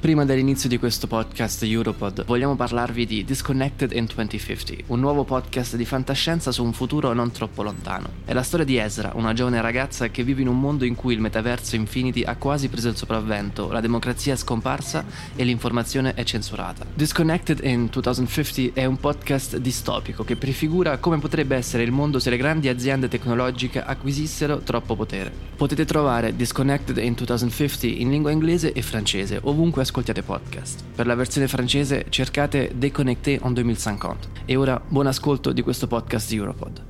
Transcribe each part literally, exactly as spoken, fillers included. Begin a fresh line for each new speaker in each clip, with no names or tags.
Prima dell'inizio di questo podcast Europod vogliamo parlarvi di Disconnected in duemilacinquanta, un nuovo podcast di fantascienza su un futuro non troppo lontano. È la storia di Ezra, una giovane ragazza che vive in un mondo in cui il metaverso Infinity ha quasi preso il sopravvento, la democrazia è scomparsa e l'informazione è censurata. Disconnected in duemilacinquanta è un podcast distopico che prefigura come potrebbe essere il mondo se le grandi aziende tecnologiche acquisissero troppo potere. Potete trovare Disconnected in duemilacinquanta in lingua inglese e francese, ovunque ascoltiate podcast. Per la versione francese cercate Déconnecté en duemilacinquanta. E ora buon ascolto di questo podcast Europod.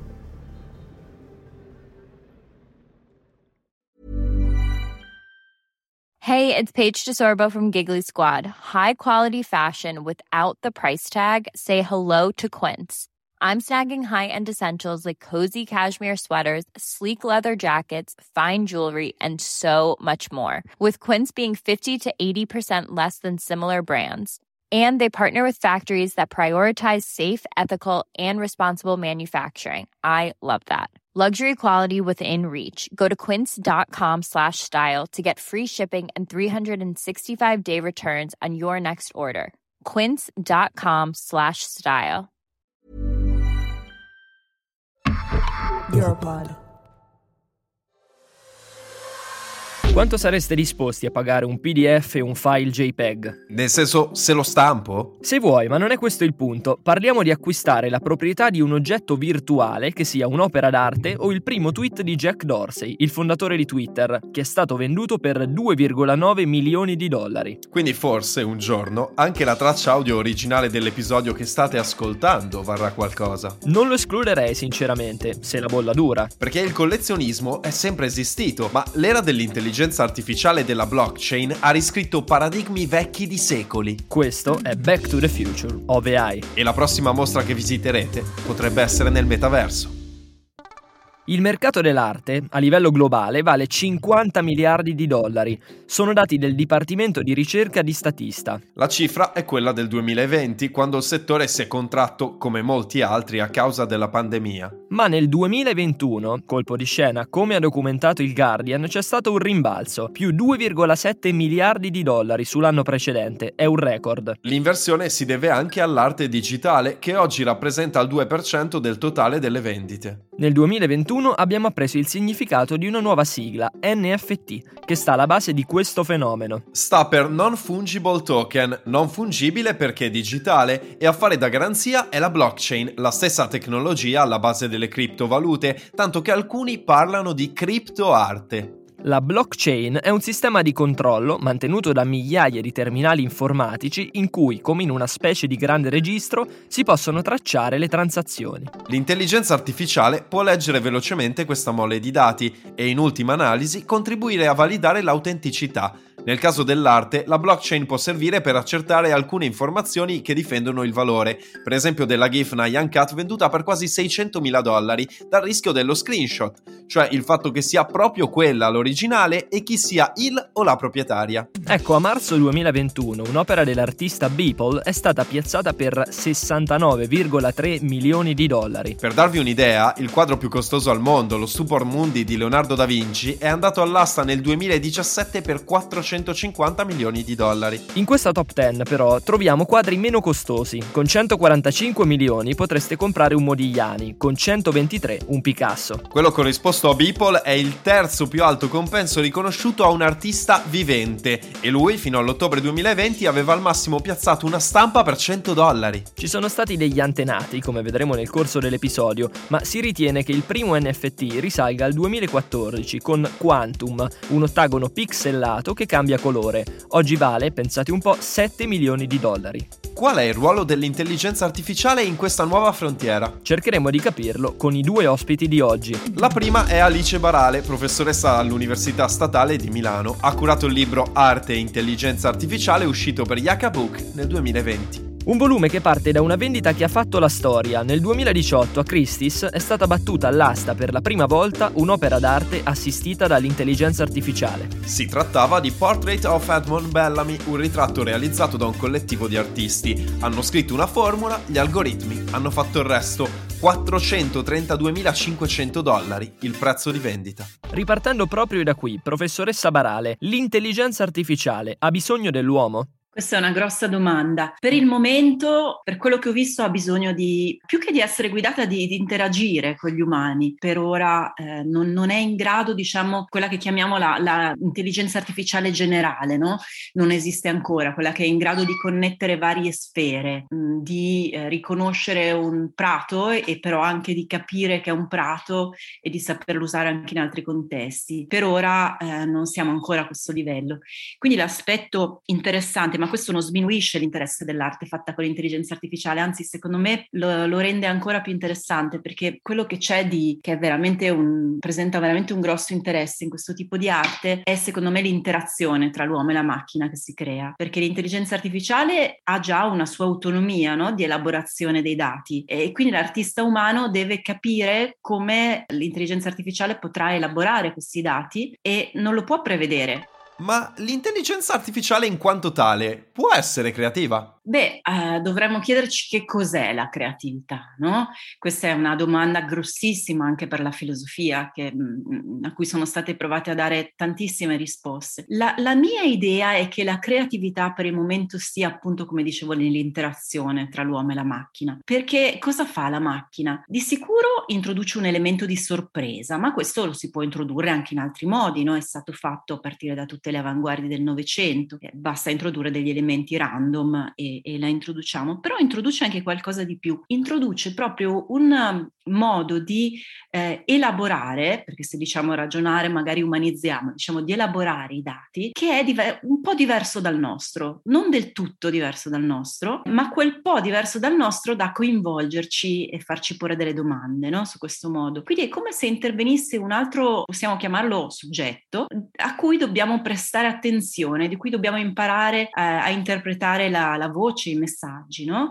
Hey, it's Paige DeSorbo from Giggly Squad. High quality fashion without the price tag. Say hello to Quince. I'm snagging high-end essentials like cozy cashmere sweaters, sleek leather jackets, fine jewelry, and so much more. With Quince being fifty to eighty percent less than similar brands. And they partner with factories that prioritize safe, ethical, and responsible manufacturing. I love that. Luxury quality within reach. Go to quince.com slash style to get free shipping and three sixty-five day returns on your next order. Quince.com slash style.
Europod.
Quanto sareste disposti a pagare un P D F e un file JPEG?
Nel senso, se lo stampo?
Se vuoi, ma non è questo il punto. Parliamo di acquistare la proprietà di un oggetto virtuale che sia un'opera d'arte o il primo tweet di Jack Dorsey, il fondatore di Twitter, che è stato venduto per due virgola nove milioni di dollari.
Quindi forse un giorno anche la traccia audio originale dell'episodio che state ascoltando varrà qualcosa.
Non lo escluderei sinceramente, se la bolla dura.
Perché il collezionismo è sempre esistito, ma l'era dell'intelligenza artificiale e della blockchain ha riscritto paradigmi vecchi di secoli.
Questo è Back to the Future of A I.
E la prossima mostra che visiterete potrebbe essere nel metaverso.
Il mercato dell'arte, a livello globale, vale cinquanta miliardi di dollari. Sono dati del Dipartimento di Ricerca di Statista.
La cifra è quella del duemilaventi, quando il settore si è contratto, come molti altri, a causa della pandemia.
Ma nel duemilaventuno, colpo di scena, come ha documentato il Guardian, c'è stato un rimbalzo, più due virgola sette miliardi di dollari sull'anno precedente. È un record.
L'inversione si deve anche all'arte digitale, che oggi rappresenta il due per cento del totale delle vendite.
Nel duemilaventuno abbiamo appreso il significato di una nuova sigla, N F T, che sta alla base di questo fenomeno.
Sta per Non Fungible Token, non fungibile perché digitale, e a fare da garanzia è la blockchain, la stessa tecnologia alla base delle criptovalute, tanto che alcuni parlano di criptoarte.
La blockchain è un sistema di controllo mantenuto da migliaia di terminali informatici in cui, come in una specie di grande registro, si possono tracciare le transazioni.
L'intelligenza artificiale può leggere velocemente questa mole di dati e, in ultima analisi, contribuire a validare l'autenticità. Nel caso dell'arte, la blockchain può servire per accertare alcune informazioni che difendono il valore, per esempio della GIF Nyan Cat venduta per quasi seicentomila dollari, dal rischio dello screenshot, cioè il fatto che sia proprio quella l'originale e chi sia il o la proprietaria.
Ecco, a marzo duemilaventuno un'opera dell'artista Beeple è stata piazzata per sessantanove virgola tre milioni di dollari.
Per darvi un'idea, il quadro più costoso al mondo, lo Stupor Mundi di Leonardo da Vinci, è andato all'asta nel duemiladiciassette per quattrocentocinquanta milioni di dollari.
In questa top dieci però troviamo quadri meno costosi. Con centoquarantacinque milioni potreste comprare un Modigliani, con centoventitré un Picasso.
Quello corrisposto a Beeple è il terzo più alto compenso riconosciuto a un artista vivente e lui fino all'ottobre duemilaventi aveva al massimo piazzato una stampa per cento dollari.
Ci sono stati degli antenati, come vedremo nel corso dell'episodio, ma si ritiene che il primo N F T risalga al duemilaquattordici con Quantum, un ottagono pixelato che cambia colore. Oggi vale, pensate un po', sette milioni di dollari.
Qual è il ruolo dell'intelligenza artificiale in questa nuova frontiera?
Cercheremo di capirlo con i due ospiti di oggi.
La prima è Alice Barale, professoressa all'Università Statale di Milano. Ha curato il libro Arte e Intelligenza Artificiale uscito per Yaka Book nel duemilaventi.
Un volume che parte da una vendita che ha fatto la storia. Nel duemiladiciotto a Christie's è stata battuta all'asta per la prima volta un'opera d'arte assistita dall'intelligenza artificiale.
Si trattava di Portrait of Edmond Bellamy, un ritratto realizzato da un collettivo di artisti. Hanno scritto una formula, gli algoritmi hanno fatto il resto. quattrocentotrentaduemilacinquecento dollari il prezzo di vendita.
Ripartendo proprio da qui, professoressa Barale, l'intelligenza artificiale ha bisogno dell'uomo?
Questa è una grossa domanda. Per il momento, per quello che ho visto, ha bisogno di, più che di essere guidata, di, di interagire con gli umani. Per ora eh, non, non è in grado, diciamo, quella che chiamiamo la, la intelligenza artificiale generale, no? Non esiste ancora, quella che è in grado di connettere varie sfere, mh, di eh, riconoscere un prato e, e però anche di capire che è un prato e di saperlo usare anche in altri contesti. Per ora eh, non siamo ancora a questo livello. Quindi l'aspetto interessante, ma questo non sminuisce l'interesse dell'arte fatta con l'intelligenza artificiale, anzi secondo me lo, lo rende ancora più interessante, perché quello che c'è di che è veramente un presenta veramente un grosso interesse in questo tipo di arte è secondo me l'interazione tra l'uomo e la macchina che si crea, perché l'intelligenza artificiale ha già una sua autonomia, no? Di elaborazione dei dati, e quindi l'artista umano deve capire come l'intelligenza artificiale potrà elaborare questi dati e non lo può prevedere.
Ma l'intelligenza artificiale in quanto tale può essere creativa?
Beh, eh, dovremmo chiederci che cos'è la creatività, no? Questa è una domanda grossissima anche per la filosofia, che, mh, a cui sono state provate a dare tantissime risposte. La, la mia idea è che la creatività per il momento sia, appunto, come dicevo, nell'interazione tra l'uomo e la macchina. Perché cosa fa la macchina? Di sicuro introduce un elemento di sorpresa, ma questo lo si può introdurre anche in altri modi, no? È stato fatto a partire da tutte le avanguardie del Novecento. Eh, basta introdurre degli elementi random e e la introduciamo, però introduce anche qualcosa di più, introduce proprio un modo di eh, elaborare, perché se diciamo ragionare magari umanizziamo, diciamo di elaborare i dati, che è diver- un po' diverso dal nostro, non del tutto diverso dal nostro, ma quel po' diverso dal nostro da coinvolgerci e farci porre delle domande, no? Su questo modo. Quindi è come se intervenisse un altro, possiamo chiamarlo soggetto, a cui dobbiamo prestare attenzione, di cui dobbiamo imparare a, a interpretare la, la voce, i messaggi, no?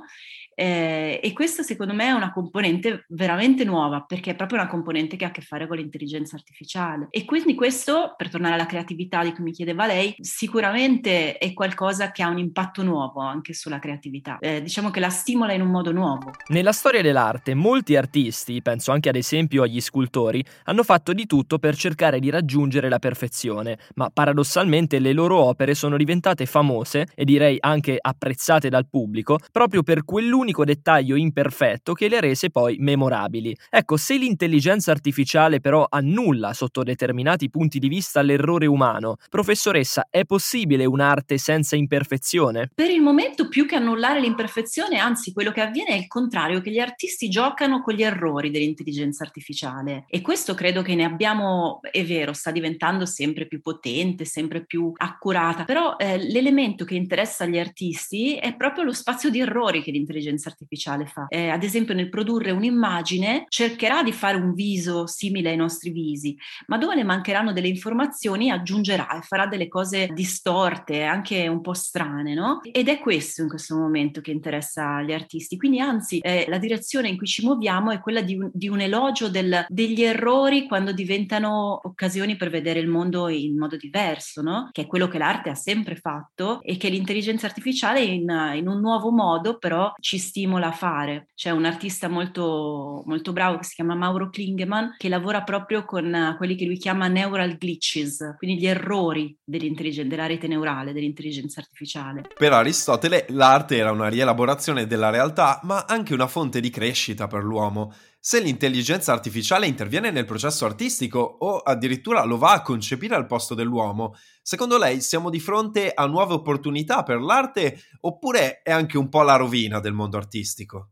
Eh, e questa secondo me è una componente veramente nuova, perché è proprio una componente che ha a che fare con l'intelligenza artificiale, e quindi questo, per tornare alla creatività di cui mi chiedeva lei, sicuramente è qualcosa che ha un impatto nuovo anche sulla creatività, eh, diciamo che la stimola in un modo nuovo.
Nella storia dell'arte molti artisti, penso anche ad esempio agli scultori, hanno fatto di tutto per cercare di raggiungere la perfezione, ma paradossalmente le loro opere sono diventate famose e direi anche apprezzate dal pubblico proprio per quell'unico unico dettaglio imperfetto che le rese poi memorabili. Ecco, se l'intelligenza artificiale però annulla sotto determinati punti di vista l'errore umano, professoressa, è possibile un'arte senza imperfezione?
Per il momento, più che annullare l'imperfezione, anzi quello che avviene è il contrario, che gli artisti giocano con gli errori dell'intelligenza artificiale, e questo credo che ne abbiamo, è vero, sta diventando sempre più potente, sempre più accurata, però eh, l'elemento che interessa agli artisti è proprio lo spazio di errori che l'intelligenza artificiale fa. Eh, ad esempio, nel produrre un'immagine cercherà di fare un viso simile ai nostri visi, ma dove le mancheranno delle informazioni aggiungerà e farà delle cose distorte, anche un po' strane, no? Ed è questo in questo momento che interessa agli artisti. Quindi anzi eh, la direzione in cui ci muoviamo è quella di un, di un elogio del, degli errori quando diventano occasioni per vedere il mondo in modo diverso, no? Che è quello che l'arte ha sempre fatto e che l'intelligenza artificiale in, in un nuovo modo però ci stimola a fare. C'è un artista molto, molto bravo che si chiama Mauro Klingemann, che lavora proprio con uh, quelli che lui chiama neural glitches, quindi gli errori della rete neurale, dell'intelligenza artificiale.
Per Aristotele l'arte era una rielaborazione della realtà, ma anche una fonte di crescita per l'uomo. Se l'intelligenza artificiale interviene nel processo artistico o addirittura lo va a concepire al posto dell'uomo, secondo lei siamo di fronte a nuove opportunità per l'arte oppure è anche un po' la rovina del mondo artistico?
È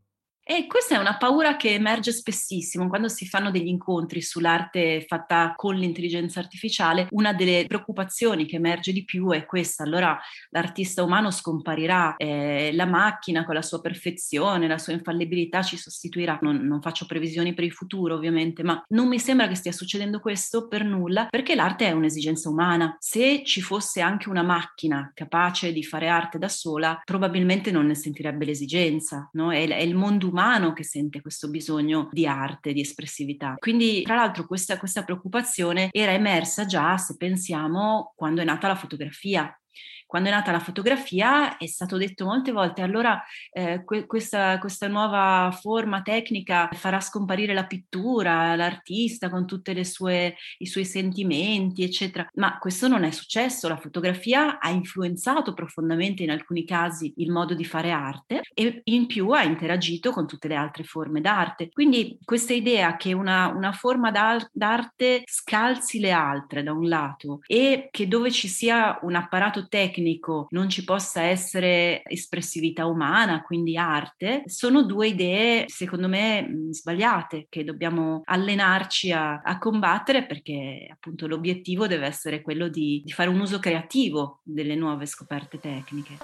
E questa è una paura che emerge spessissimo quando si fanno degli incontri sull'arte fatta con l'intelligenza artificiale. Una delle preoccupazioni che emerge di più è questa: allora l'artista umano scomparirà, eh, la macchina con la sua perfezione, la sua infallibilità ci sostituirà. Non, non faccio previsioni per il futuro ovviamente, ma non mi sembra che stia succedendo questo per nulla, perché l'arte è un'esigenza umana. Se ci fosse anche una macchina capace di fare arte da sola, probabilmente non ne sentirebbe l'esigenza, no? È, è il mondo umano che sente questo bisogno di arte, di espressività. Quindi, tra l'altro, questa, questa preoccupazione era emersa già, se pensiamo, quando è nata la fotografia. Quando è nata la fotografia è stato detto molte volte: allora eh, que- questa, questa nuova forma tecnica farà scomparire la pittura, l'artista con tutti i suoi sentimenti, eccetera. Ma questo non è successo. La fotografia ha influenzato profondamente in alcuni casi il modo di fare arte e in più ha interagito con tutte le altre forme d'arte. Quindi questa idea che una, una forma d'arte scalzi le altre da un lato e che dove ci sia un apparato tecnico non ci possa essere espressività umana, quindi arte, sono due idee secondo me sbagliate che dobbiamo allenarci a, a combattere, perché appunto l'obiettivo deve essere quello di, di fare un uso creativo delle nuove scoperte tecniche.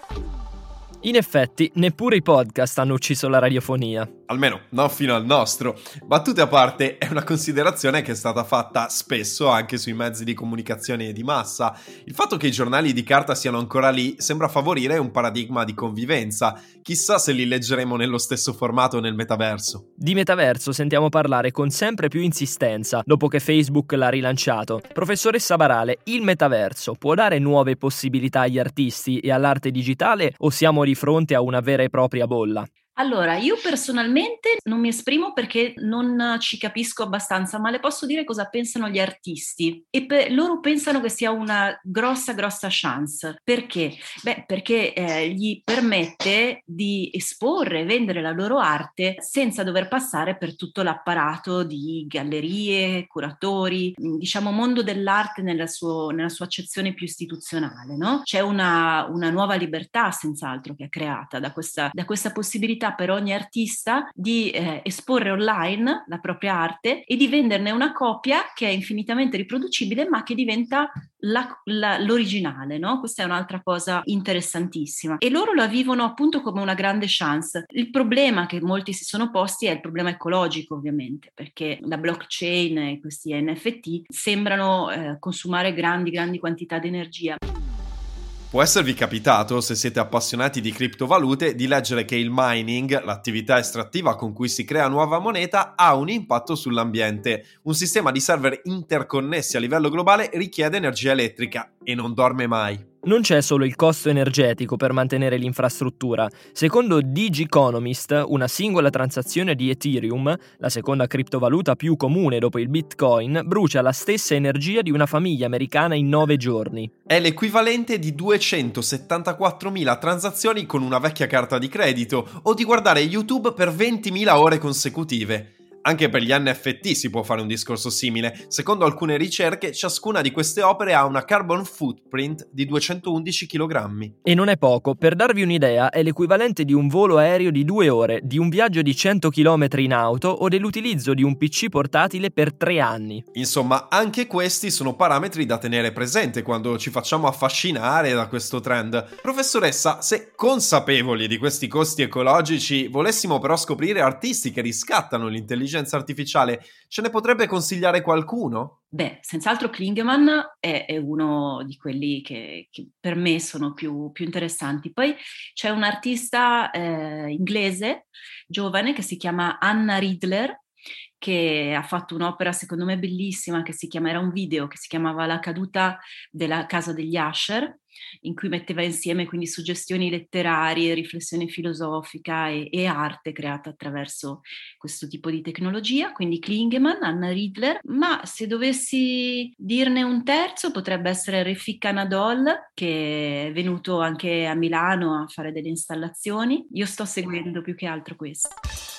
In effetti, neppure i podcast hanno ucciso la radiofonia.
Almeno non fino al nostro. Battute a parte, è una considerazione che è stata fatta spesso anche sui mezzi di comunicazione di massa. Il fatto che i giornali di carta siano ancora lì sembra favorire un paradigma di convivenza. Chissà se li leggeremo nello stesso formato nel metaverso.
Di metaverso sentiamo parlare con sempre più insistenza, dopo che Facebook l'ha rilanciato. Professoressa Barale, il metaverso può dare nuove possibilità agli artisti e all'arte digitale o siamo di fronte a una vera e propria bolla?
Allora, io personalmente non mi esprimo perché non ci capisco abbastanza, ma le posso dire cosa pensano gli artisti e per, loro pensano che sia una grossa, grossa chance. Perché? Beh, perché eh, gli permette di esporre e vendere la loro arte senza dover passare per tutto l'apparato di gallerie, curatori, diciamo mondo dell'arte nella, suo, nella sua accezione più istituzionale, no? C'è una, una nuova libertà, senz'altro, che è creata da questa, da questa possibilità per ogni artista di eh, esporre online la propria arte e di venderne una copia che è infinitamente riproducibile ma che diventa la, la, l'originale, no? Questa è un'altra cosa interessantissima e loro la vivono appunto come una grande chance. Il problema che molti si sono posti è il problema ecologico, ovviamente, perché la blockchain e questi N F T sembrano eh, consumare grandi grandi quantità di energia.
Può esservi capitato, se siete appassionati di criptovalute, di leggere che il mining, l'attività estrattiva con cui si crea nuova moneta, ha un impatto sull'ambiente. Un sistema di server interconnessi a livello globale richiede energia elettrica e non dorme mai.
Non c'è solo il costo energetico per mantenere l'infrastruttura. Secondo Digiconomist, una singola transazione di Ethereum, la seconda criptovaluta più comune dopo il Bitcoin, brucia la stessa energia di una famiglia americana in nove giorni.
È l'equivalente di duecentosettantaquattromila transazioni con una vecchia carta di credito o di guardare YouTube per ventimila ore consecutive. Anche per gli N F T si può fare un discorso simile. Secondo alcune ricerche, ciascuna di queste opere ha una carbon footprint di duecentoundici chilogrammi.
E non è poco, per darvi un'idea è l'equivalente di un volo aereo di due ore, di un viaggio di cento chilometri in auto o dell'utilizzo di un P C portatile per tre anni.
Insomma, anche questi sono parametri da tenere presente quando ci facciamo affascinare da questo trend. Professoressa, se consapevoli di questi costi ecologici, volessimo però scoprire artisti che riscattano l'intelligenza artificiale, ce ne potrebbe consigliare qualcuno?
Beh, senz'altro Klingemann è, è uno di quelli che, che per me sono più, più interessanti. Poi c'è un artista eh, inglese, giovane, che si chiama Anna Riedler, che ha fatto un'opera secondo me bellissima che si chiama, era un video che si chiamava La caduta della casa degli Usher, in cui metteva insieme quindi suggestioni letterarie, riflessione filosofica e, e arte creata attraverso questo tipo di tecnologia. Quindi Klingemann, Anna Riedler, ma se dovessi dirne un terzo potrebbe essere Refik Anadol, che è venuto anche a Milano a fare delle installazioni. Io sto seguendo più che altro questo.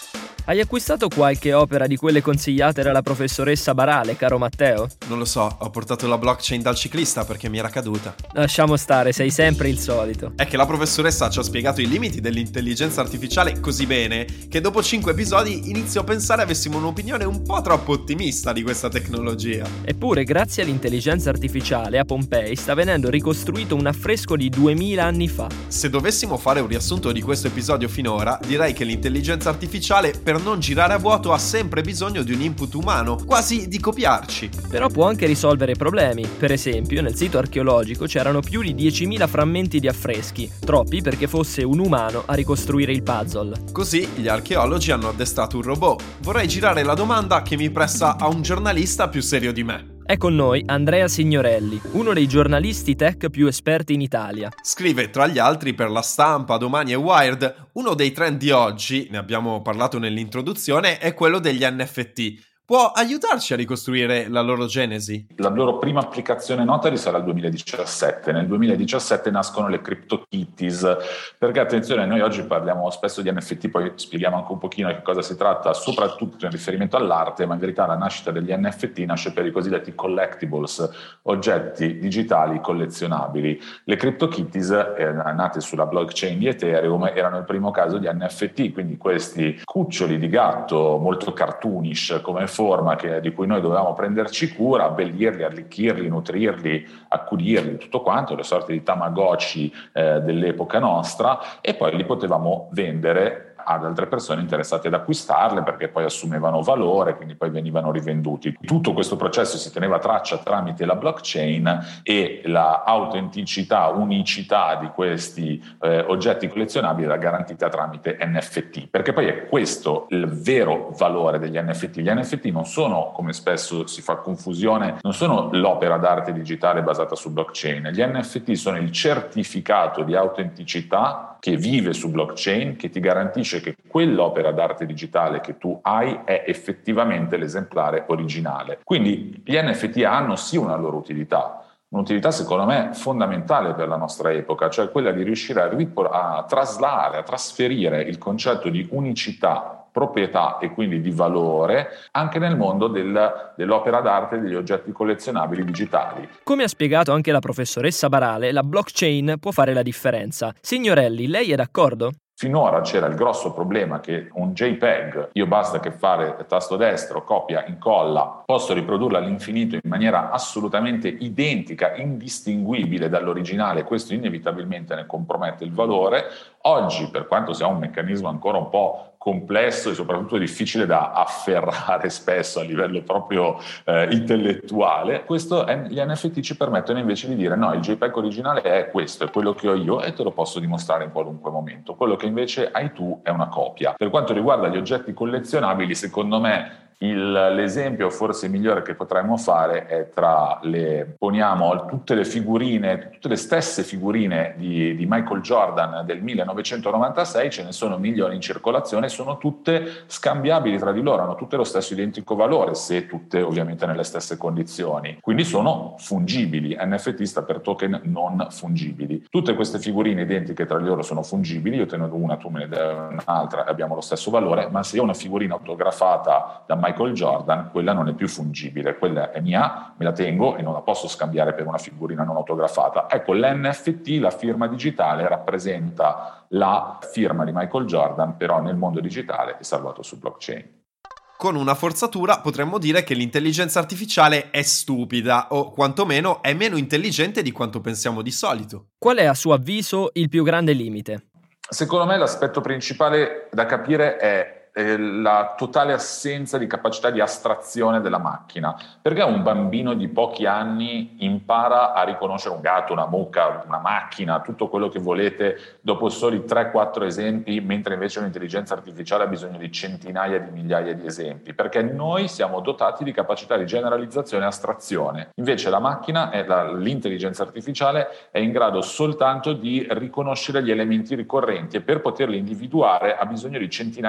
Hai acquistato qualche opera di quelle consigliate dalla professoressa Barale, caro Matteo?
Non lo so, ho portato la blockchain dal ciclista perché mi era caduta.
Lasciamo stare, sei sempre il solito.
È che la professoressa ci ha spiegato i limiti dell'intelligenza artificiale così bene che dopo cinque episodi inizio a pensare avessimo un'opinione un po' troppo ottimista di questa tecnologia.
Eppure, grazie all'intelligenza artificiale, a Pompei sta venendo ricostruito un affresco di duemila anni fa.
Se dovessimo fare un riassunto di questo episodio finora, direi che l'intelligenza artificiale, per non girare a vuoto, ha sempre bisogno di un input umano, quasi di copiarci.
Però può anche risolvere problemi. Per esempio, nel sito archeologico c'erano più di diecimila frammenti di affreschi, troppi perché fosse un umano a ricostruire il puzzle.
Così gli archeologi hanno addestrato un robot. Vorrei girare la domanda che mi pressa a un giornalista più serio di me.
È con noi Andrea Signorelli, uno dei giornalisti tech più esperti in Italia.
Scrive tra gli altri per La Stampa, Domani e Wired. Uno dei trend di oggi, ne abbiamo parlato nell'introduzione, è quello degli N F T. Può aiutarci a ricostruire la loro genesi?
La loro prima applicazione nota risale al duemiladiciassette. Nel duemiladiciassette nascono le CryptoKitties, perché attenzione, noi oggi parliamo spesso di N F T, poi spieghiamo anche un pochino di che cosa si tratta, soprattutto in riferimento all'arte, ma in verità la nascita degli N F T nasce per i cosiddetti collectibles, oggetti digitali collezionabili. Le CryptoKitties, eh, nate sulla blockchain di Ethereum, erano il primo caso di N F T, quindi questi cuccioli di gatto molto cartoonish come forma che, di cui noi dovevamo prenderci cura, abbellirli, arricchirli, nutrirli, accudirli, tutto quanto, le sorti di Tamagotchi eh, dell'epoca nostra, e poi li potevamo vendere ad altre persone interessate ad acquistarle perché poi assumevano valore, quindi poi venivano rivenduti. Tutto questo processo si teneva traccia tramite la blockchain e la autenticità, unicità di questi eh, oggetti collezionabili era garantita tramite N F T, perché poi è questo il vero valore degli N F T. Gli N F T non sono, come spesso si fa confusione, non sono l'opera d'arte digitale basata su blockchain. Gli N F T sono il certificato di autenticità che vive su blockchain, che ti garantisce che quell'opera d'arte digitale che tu hai è effettivamente l'esemplare originale. Quindi gli N F T hanno sì una loro utilità, un'utilità secondo me fondamentale per la nostra epoca, cioè quella di riuscire a, ripor- a traslare, a trasferire il concetto di unicità, proprietà e quindi di valore anche nel mondo del, dell'opera d'arte e degli oggetti collezionabili digitali.
Come ha spiegato anche la professoressa Barale, la blockchain può fare la differenza. Signorelli, lei è d'accordo?
Finora c'era il grosso problema che un JPEG, io basta che fare tasto destro, copia, incolla, posso riprodurla all'infinito in maniera assolutamente identica, indistinguibile dall'originale, questo inevitabilmente ne compromette il valore. Oggi, per quanto sia un meccanismo ancora un po' complesso e soprattutto difficile da afferrare spesso a livello proprio eh, intellettuale, questo, gli N F T ci permettono invece di dire no, il JPEG originale è questo, è quello che ho io e te lo posso dimostrare in qualunque momento. Quello che invece hai tu è una copia. Per quanto riguarda gli oggetti collezionabili, secondo me Il, l'esempio forse migliore che potremmo fare è tra le, poniamo tutte le figurine, tutte le stesse figurine di, di Michael Jordan del millenovecentonovantasei, ce ne sono milioni in circolazione, sono tutte scambiabili tra di loro, hanno tutte lo stesso identico valore, se tutte ovviamente nelle stesse condizioni, quindi sono fungibili. N F T sta per token non fungibili. Tutte queste figurine identiche tra di loro sono fungibili, io te ne do una, tu me ne dai un'altra e abbiamo lo stesso valore, ma se io ho una figurina autografata da Michael Jordan, quella non è più fungibile, quella è mia, me la tengo e non la posso scambiare per una figurina non autografata. Ecco, l'N F T, la firma digitale, rappresenta la firma di Michael Jordan, però nel mondo digitale è salvato su blockchain.
Con una forzatura potremmo dire che l'intelligenza artificiale è stupida, o quantomeno è meno intelligente di quanto pensiamo di solito.
Qual è a suo avviso il più grande limite?
Secondo me l'aspetto principale da capire è la totale assenza di capacità di astrazione della macchina, perché un bambino di pochi anni impara a riconoscere un gatto, una mucca, una macchina, tutto quello che volete dopo soli tre quattro esempi, mentre invece un'intelligenza artificiale ha bisogno di centinaia di migliaia di esempi, perché noi siamo dotati di capacità di generalizzazione e astrazione. Invece la macchina, è la, l'intelligenza artificiale è in grado soltanto di riconoscere gli elementi ricorrenti e per poterli individuare ha bisogno di centinaia di migliaia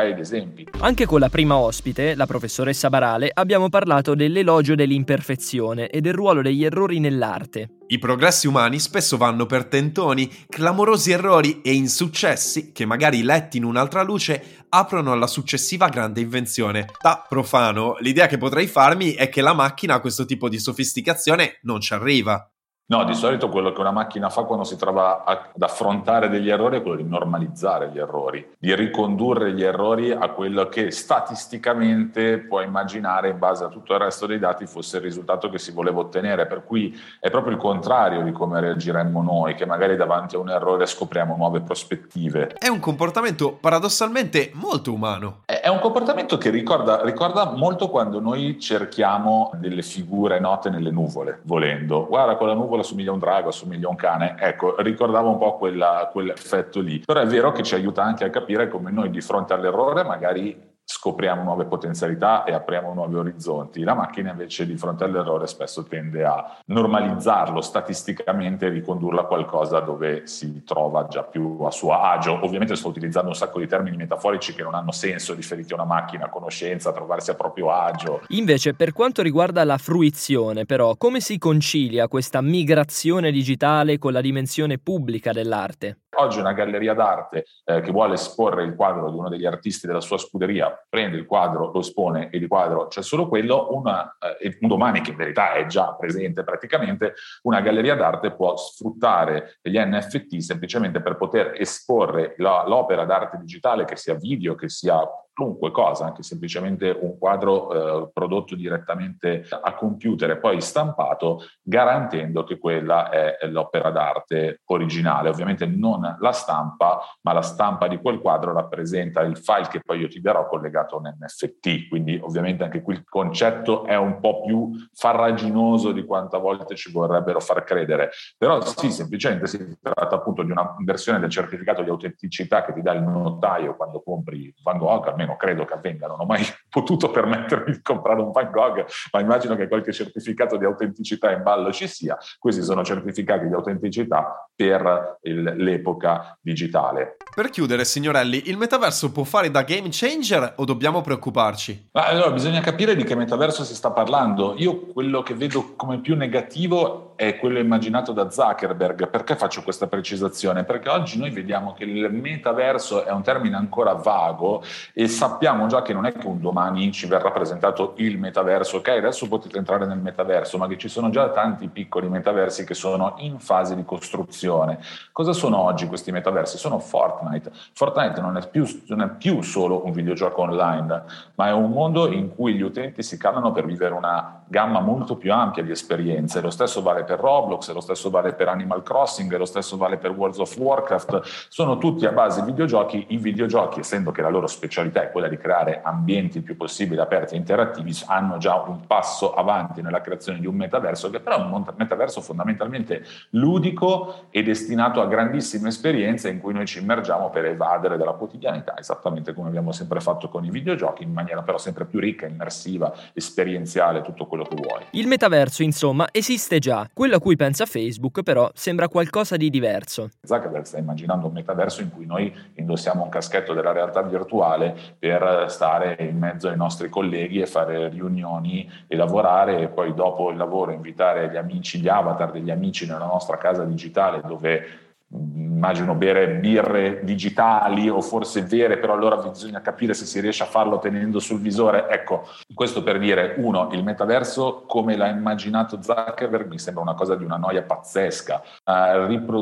ed esempi.
Anche con la prima ospite, la professoressa Barale, abbiamo parlato dell'elogio dell'imperfezione e del ruolo degli errori nell'arte.
I progressi umani spesso vanno per tentoni, clamorosi errori e insuccessi che magari letti in un'altra luce aprono alla successiva grande invenzione. Da profano, l'idea che potrei farmi è che la macchina a questo tipo di sofisticazione non ci arriva.
No, di solito quello che una macchina fa quando si trova a, ad affrontare degli errori è quello di normalizzare gli errori, di ricondurre gli errori a quello che statisticamente puoi immaginare in base a tutto il resto dei dati fosse il risultato che si voleva ottenere, per cui è proprio il contrario di come reagiremmo noi, che magari davanti a un errore scopriamo nuove prospettive.
È un comportamento paradossalmente molto umano.
È, è un comportamento che ricorda, ricorda molto quando noi cerchiamo delle figure note nelle nuvole, volendo. Guarda, con la nuvola assomiglia a un drago, assomiglia a un cane, ecco, ricordava un po' quella, quell'effetto lì. Però è vero che ci aiuta anche a capire come noi di fronte all'errore magari scopriamo nuove potenzialità e apriamo nuovi orizzonti. La macchina invece di fronte all'errore spesso tende a normalizzarlo statisticamente e ricondurlo a qualcosa dove si trova già più a suo agio. Ovviamente sto utilizzando un sacco di termini metaforici che non hanno senso riferiti a una macchina, conoscenza, trovarsi a proprio agio.
Invece, per quanto riguarda la fruizione, però, come si concilia questa migrazione digitale con la dimensione pubblica dell'arte?
Oggi una galleria d'arte eh, che vuole esporre il quadro di uno degli artisti della sua scuderia, prende il quadro, lo espone e di quadro c'è solo quello, una, eh, un domani che in verità è già presente praticamente, una galleria d'arte può sfruttare gli N F T semplicemente per poter esporre la, l'opera d'arte digitale, che sia video, che sia qualunque cosa, anche semplicemente un quadro eh, prodotto direttamente a computer e poi stampato, garantendo che quella è l'opera d'arte originale. Ovviamente non la stampa, ma la stampa di quel quadro rappresenta il file che poi io ti darò collegato a un N F T, quindi ovviamente anche qui il concetto è un po' più farraginoso di quanto a volte ci vorrebbero far credere, però sì, semplicemente si tratta appunto di una versione del certificato di autenticità che ti dà il notaio quando compri Van Gogh, almeno credo che avvenga, non ho mai potuto permettermi di comprare un Van Gogh, ma immagino che qualche certificato di autenticità in ballo ci sia. Questi sono certificati di autenticità per il, l'epoca digitale.
Per chiudere, signorelli, il metaverso può fare da game changer o dobbiamo preoccuparci?
Ma allora bisogna capire di che metaverso si sta parlando. Io quello che vedo come più negativo è quello immaginato da Zuckerberg. Perché faccio questa precisazione? Perché oggi noi vediamo che il metaverso è un termine ancora vago e sappiamo già che non è che un domani ci verrà presentato il metaverso, ok, adesso potete entrare nel metaverso, ma che ci sono già tanti piccoli metaversi che sono in fase di costruzione. Cosa sono oggi questi metaversi? Sono Fortnite. Fortnite non è più, non è più solo un videogioco online, ma è un mondo in cui gli utenti si cannano per vivere una gamma molto più ampia di esperienze. Lo stesso vale per Roblox, lo stesso vale per Animal Crossing, lo stesso vale per World of Warcraft. Sono tutti a base videogiochi. I videogiochi, essendo che la loro specialità è quella di creare ambienti il più possibile aperti e interattivi, hanno già un passo avanti nella creazione di un metaverso, che però è un metaverso fondamentalmente ludico e destinato a grandissime esperienze in cui noi ci immergiamo per evadere dalla quotidianità, esattamente come abbiamo sempre fatto con i videogiochi, in maniera però sempre più ricca, immersiva, esperienziale, tutto quello che vuoi.
Il metaverso, insomma, esiste già. Quello a cui pensa Facebook, però, sembra qualcosa di diverso.
Zuckerberg sta immaginando un metaverso in cui noi indossiamo un caschetto della realtà virtuale per stare in mezzo ai nostri colleghi e fare riunioni e lavorare, e poi dopo il lavoro invitare gli amici, gli avatar degli amici nella nostra casa digitale, dove immagino bere birre digitali o forse vere, però allora bisogna capire se si riesce a farlo tenendo sul visore. Ecco, questo per dire, uno, il metaverso come l'ha immaginato Zuckerberg mi sembra una cosa di una noia pazzesca, uh,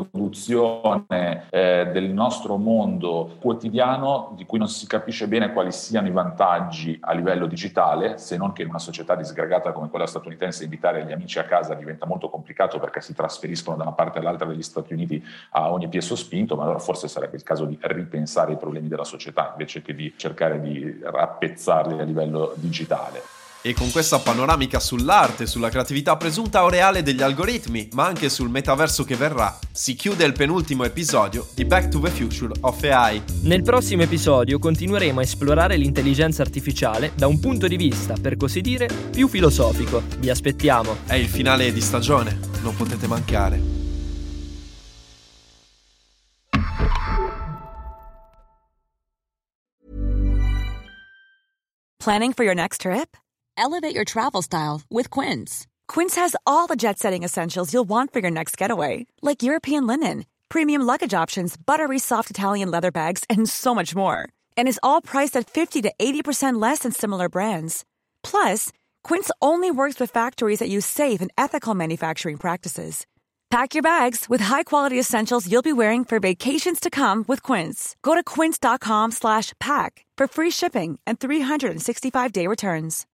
riproduzione eh, del nostro mondo quotidiano di cui non si capisce bene quali siano i vantaggi a livello digitale, se non che in una società disgregata come quella statunitense invitare gli amici a casa diventa molto complicato perché si trasferiscono da una parte all'altra degli Stati Uniti a ogni piè sospinto, ma allora forse sarebbe il caso di ripensare i problemi della società invece che di cercare di rappezzarli a livello digitale.
E con questa panoramica sull'arte, sulla creatività presunta o reale degli algoritmi, ma anche sul metaverso che verrà, si chiude il penultimo episodio di Back to the Future of A I.
Nel prossimo episodio continueremo a esplorare l'intelligenza artificiale da un punto di vista, per così dire, più filosofico. Vi aspettiamo.
È il finale di stagione, non potete mancare.
Planning for your next trip? Elevate your travel style with Quince. Quince has all the jet-setting essentials you'll want for your next getaway, like European linen, premium luggage options, buttery soft Italian leather bags, and so much more. And is all priced at fifty to eighty percent less than similar brands. Plus, Quince only works with factories that use safe and ethical manufacturing practices. Pack your bags with high-quality essentials you'll be wearing for vacations to come with Quince. Go to quince.com slash pack for free shipping and three sixty-five day returns.